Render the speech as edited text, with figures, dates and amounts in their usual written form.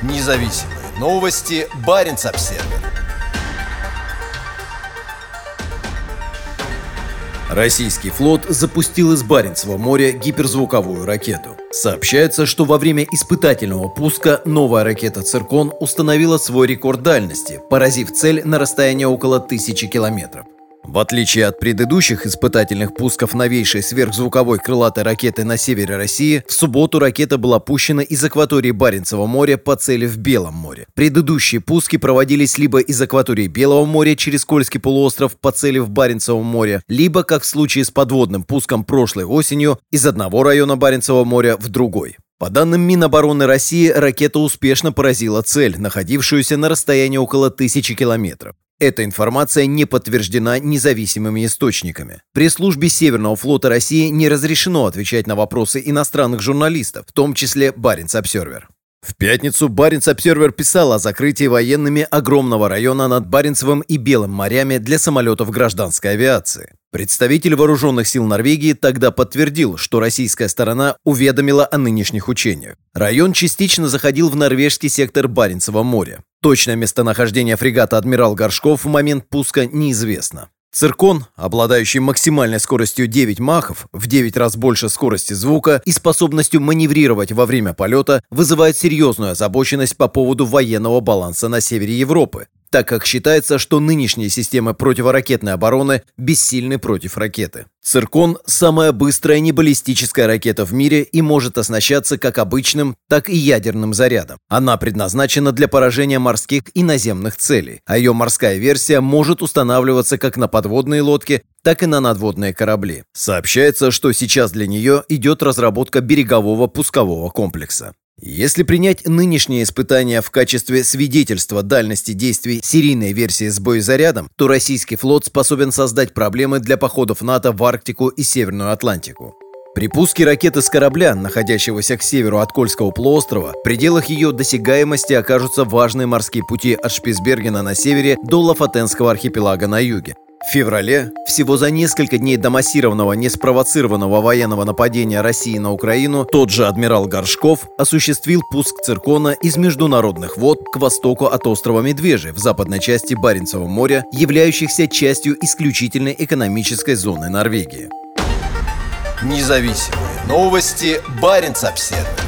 Независимые новости. Баренц-Обсервер. Российский флот запустил из Баренцева моря гиперзвуковую ракету. Сообщается, что во время испытательного пуска новая ракета «Циркон» установила свой рекорд дальности, поразив цель на расстояние около 1000 километров. В отличие от предыдущих испытательных пусков новейшей сверхзвуковой крылатой ракеты на севере России, в субботу ракета была пущена из акватории Баренцева моря по цели в Белом море. Предыдущие пуски проводились либо из акватории Белого моря через Кольский полуостров по цели в Баренцевом море, либо, как в случае с подводным пуском прошлой осенью, из одного района Баренцева моря в другой. По данным Минобороны России, ракета успешно поразила цель, находившуюся на расстоянии около 1000 километров. Эта информация не подтверждена независимыми источниками. Пресс-службе Северного флота России не разрешено отвечать на вопросы иностранных журналистов, в том числе Баренц-Обсервер. В пятницу Баренц-Обсервер писал о закрытии военными огромного района над Баренцевым и Белым морями для самолетов гражданской авиации. Представитель вооруженных сил Норвегии тогда подтвердил, что российская сторона уведомила о нынешних учениях. Район частично заходил в норвежский сектор Баренцева моря. Точное местонахождение фрегата «Адмирал Горшков» в момент пуска неизвестно. «Циркон», обладающий максимальной скоростью 9 махов, в 9 раз больше скорости звука и способностью маневрировать во время полета, вызывает серьезную озабоченность по поводу военного баланса на севере Европы, так как считается, что нынешние системы противоракетной обороны бессильны против ракеты. «Циркон» – самая быстрая небаллистическая ракета в мире и может оснащаться как обычным, так и ядерным зарядом. Она предназначена для поражения морских и наземных целей, а ее морская версия может устанавливаться как на подводные лодки, так и на надводные корабли. Сообщается, что сейчас для нее идет разработка берегового пускового комплекса. Если принять нынешние испытания в качестве свидетельства дальности действий серийной версии с боезарядом, то российский флот способен создать проблемы для походов НАТО в Арктику и Северную Атлантику. При пуске ракеты с корабля, находящегося к северу от Кольского полуострова, в пределах ее досягаемости окажутся важные морские пути от Шпицбергена на севере до Лафотенского архипелага на юге. В феврале, всего за несколько дней до массированного, неспровоцированного военного нападения России на Украину, тот же адмирал Горшков осуществил пуск «Циркона» из международных вод к востоку от острова Медвежий в западной части Баренцева моря, являющихся частью исключительной экономической зоны Норвегии. Независимые новости. Баренц-Обсервер.